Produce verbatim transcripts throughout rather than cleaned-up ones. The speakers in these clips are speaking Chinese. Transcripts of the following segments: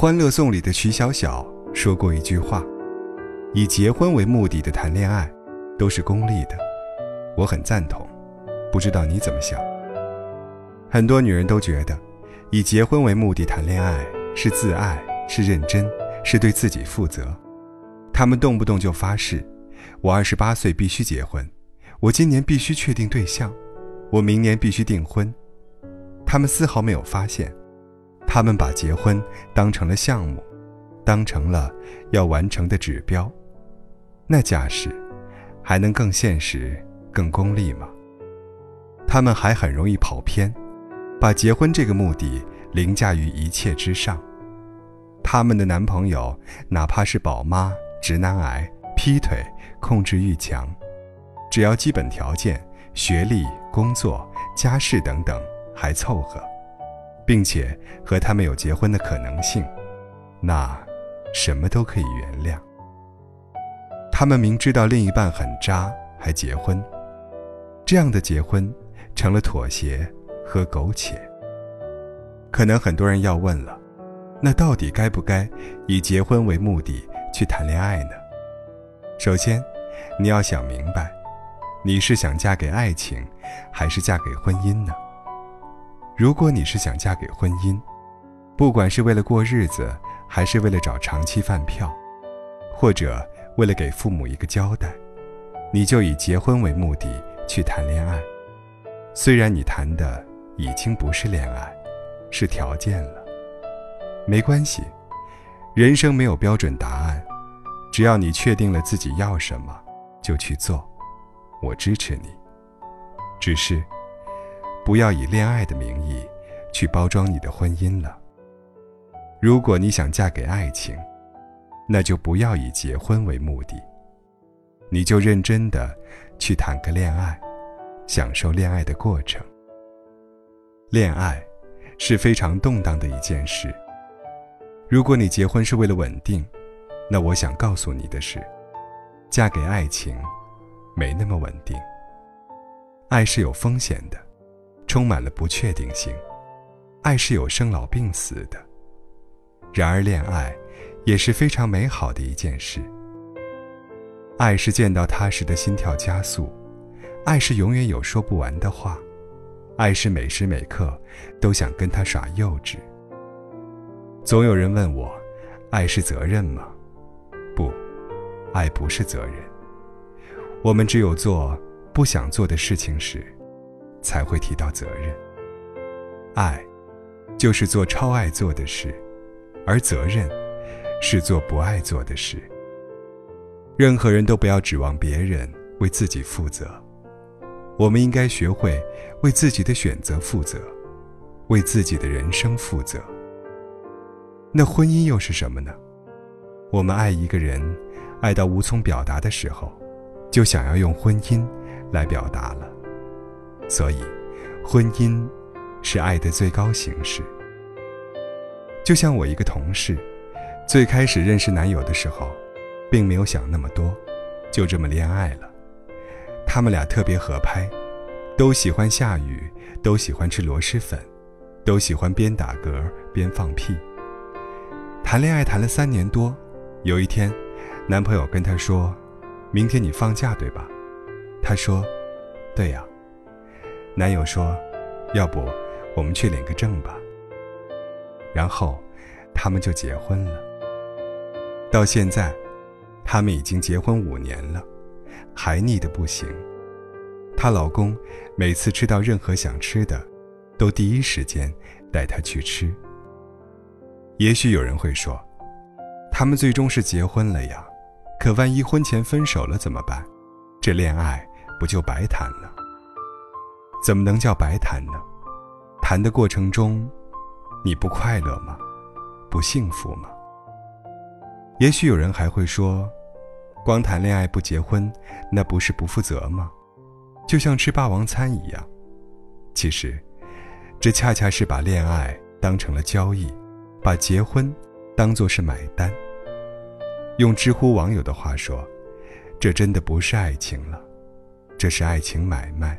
欢乐颂》里的曲小小说过一句话，以结婚为目的的谈恋爱都是功利的，我很赞同，不知道你怎么想。很多女人都觉得以结婚为目的谈恋爱是自爱，是认真，是对自己负责。她们动不动就发誓，我二十八岁必须结婚，我今年必须确定对象，我明年必须订婚。她们丝毫没有发现，她们把结婚当成了项目，当成了要完成的指标。那架势还能更现实更功利吗？她们还很容易跑偏，把结婚这个目的凌驾于一切之上。他们的男朋友哪怕是宝妈、直男癌、劈腿、控制欲强，只要基本条件学历、工作、家世等等还凑合，并且和他们有结婚的可能性，那什么都可以原谅。他们明知道另一半很渣还结婚，这样的结婚成了妥协和苟且。可能很多人要问了，那到底该不该以结婚为目的去谈恋爱呢？首先，你要想明白，你是想嫁给爱情，还是嫁给婚姻呢？如果你是想嫁给婚姻，不管是为了过日子，还是为了找长期饭票，或者为了给父母一个交代，你就以结婚为目的去谈恋爱。虽然你谈的已经不是恋爱，是条件了，没关系，人生没有标准答案，只要你确定了自己要什么，就去做，我支持你。只是不要以恋爱的名义去包装你的婚姻了。如果你想嫁给爱情，那就不要以结婚为目的，你就认真的去谈个恋爱，享受恋爱的过程。恋爱是非常动荡的一件事，如果你结婚是为了稳定，那我想告诉你的是，嫁给爱情没那么稳定。爱是有风险的，充满了不确定性，爱是有生老病死的。然而恋爱也是非常美好的一件事。爱是见到他时的心跳加速，爱是永远有说不完的话，爱是每时每刻都想跟他耍幼稚。总有人问我，爱是责任吗？不，爱不是责任。我们只有做不想做的事情时，才会提到责任。爱就是做超爱做的事，而责任是做不爱做的事。任何人都不要指望别人为自己负责，我们应该学会为自己的选择负责，为自己的人生负责。那婚姻又是什么呢？我们爱一个人，爱到无从表达的时候，就想要用婚姻来表达了。所以，婚姻是爱的最高形式。就像我一个同事，最开始认识男友的时候，并没有想那么多，就这么恋爱了。他们俩特别合拍，都喜欢下雨，都喜欢吃螺蛳粉，都喜欢边打嗝边放屁。谈恋爱谈了三年多，有一天，男朋友跟她说：“明天你放假对吧？”她说：“对呀。”男友说：“要不我们去领个证吧。”然后他们就结婚了。到现在，他们已经结婚五年了，还腻得不行。她老公每次吃到任何想吃的，都第一时间带她去吃。也许有人会说，他们最终是结婚了呀，可万一婚前分手了怎么办？这恋爱不就白谈了？怎么能叫白谈呢？谈的过程中，你不快乐吗？不幸福吗？也许有人还会说，光谈恋爱不结婚，那不是不负责吗？就像吃霸王餐一样。其实，这恰恰是把恋爱当成了交易，把结婚当作是买单。用知乎网友的话说，这真的不是爱情了，这是爱情买卖。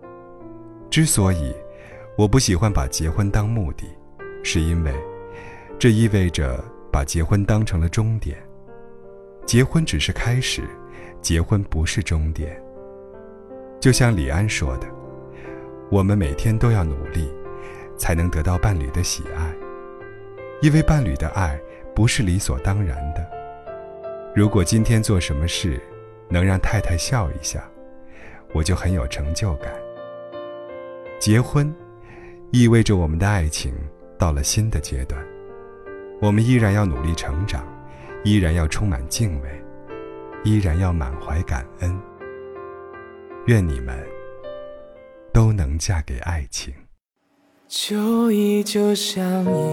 之所以我不喜欢把结婚当目的，是因为这意味着把结婚当成了终点。结婚只是开始，结婚不是终点。就像李安说的，我们每天都要努力，才能得到伴侣的喜爱，因为伴侣的爱不是理所当然的。如果今天做什么事能让太太笑一下，我就很有成就感。结婚意味着我们的爱情到了新的阶段，我们依然要努力成长，依然要充满敬畏，依然要满怀感恩。愿你们都能嫁给爱情。 旧忆就像一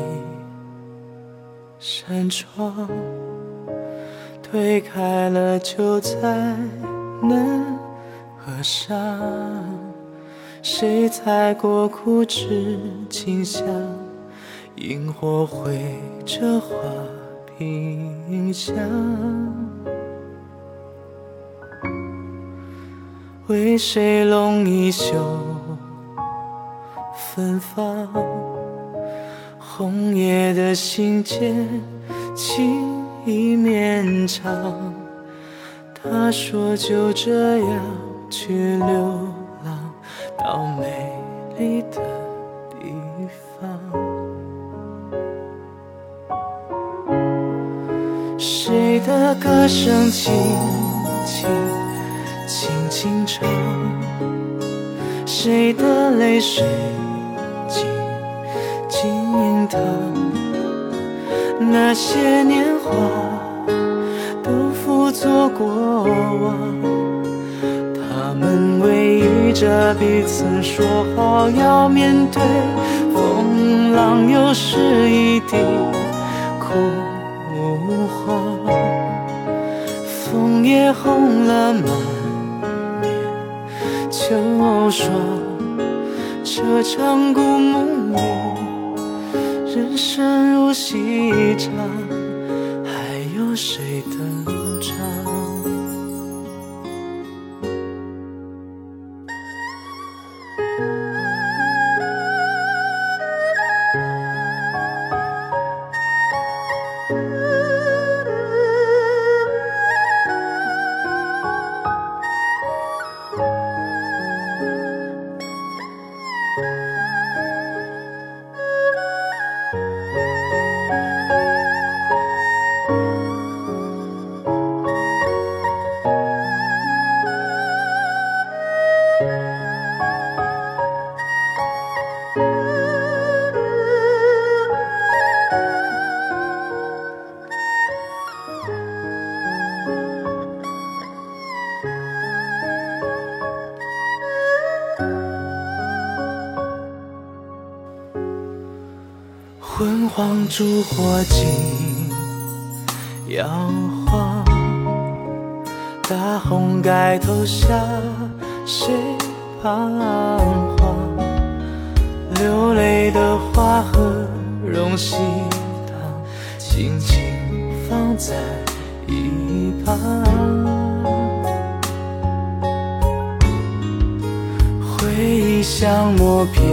扇窗，推开了就再难合上。谁踩过枯枝清香，萤火绘着花屏香。为谁拢一袖芬芳，红叶的信笺情意绵长。他说就这样去流浪到美丽的地方。谁的歌声轻轻轻轻唱，谁的泪水静静淌。那些年华都付作过往，他们偎依着彼此，说好要面对风浪，又是一地枯黄。枫叶红了满面秋霜，这场故梦里人生如戏场，还有谁登场？昏黄烛火尽摇晃，大红盖头下谁彷徨？流泪的花和荣喜糖轻轻放在一旁。回忆像默片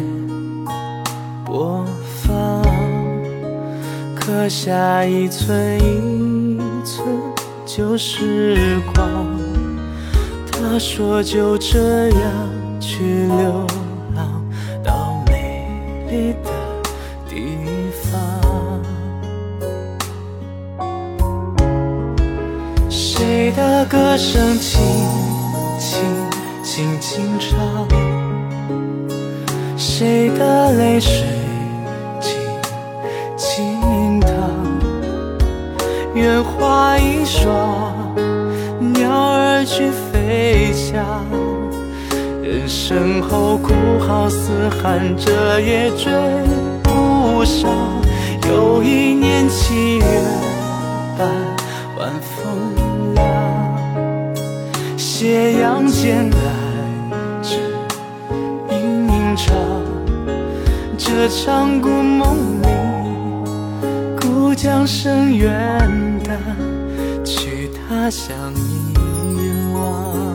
播放，刻下一寸一寸旧时光。他说就这样去流浪到美丽的地方。谁的歌声轻轻轻轻唱，谁的泪水愿花一双，鸟儿去飞翔。人生后哭号嘶喊，这也追不上。又一年七月半，晚风凉，斜阳渐来至盈盈长。这场故梦里，故将声远淡，去他乡遗忘。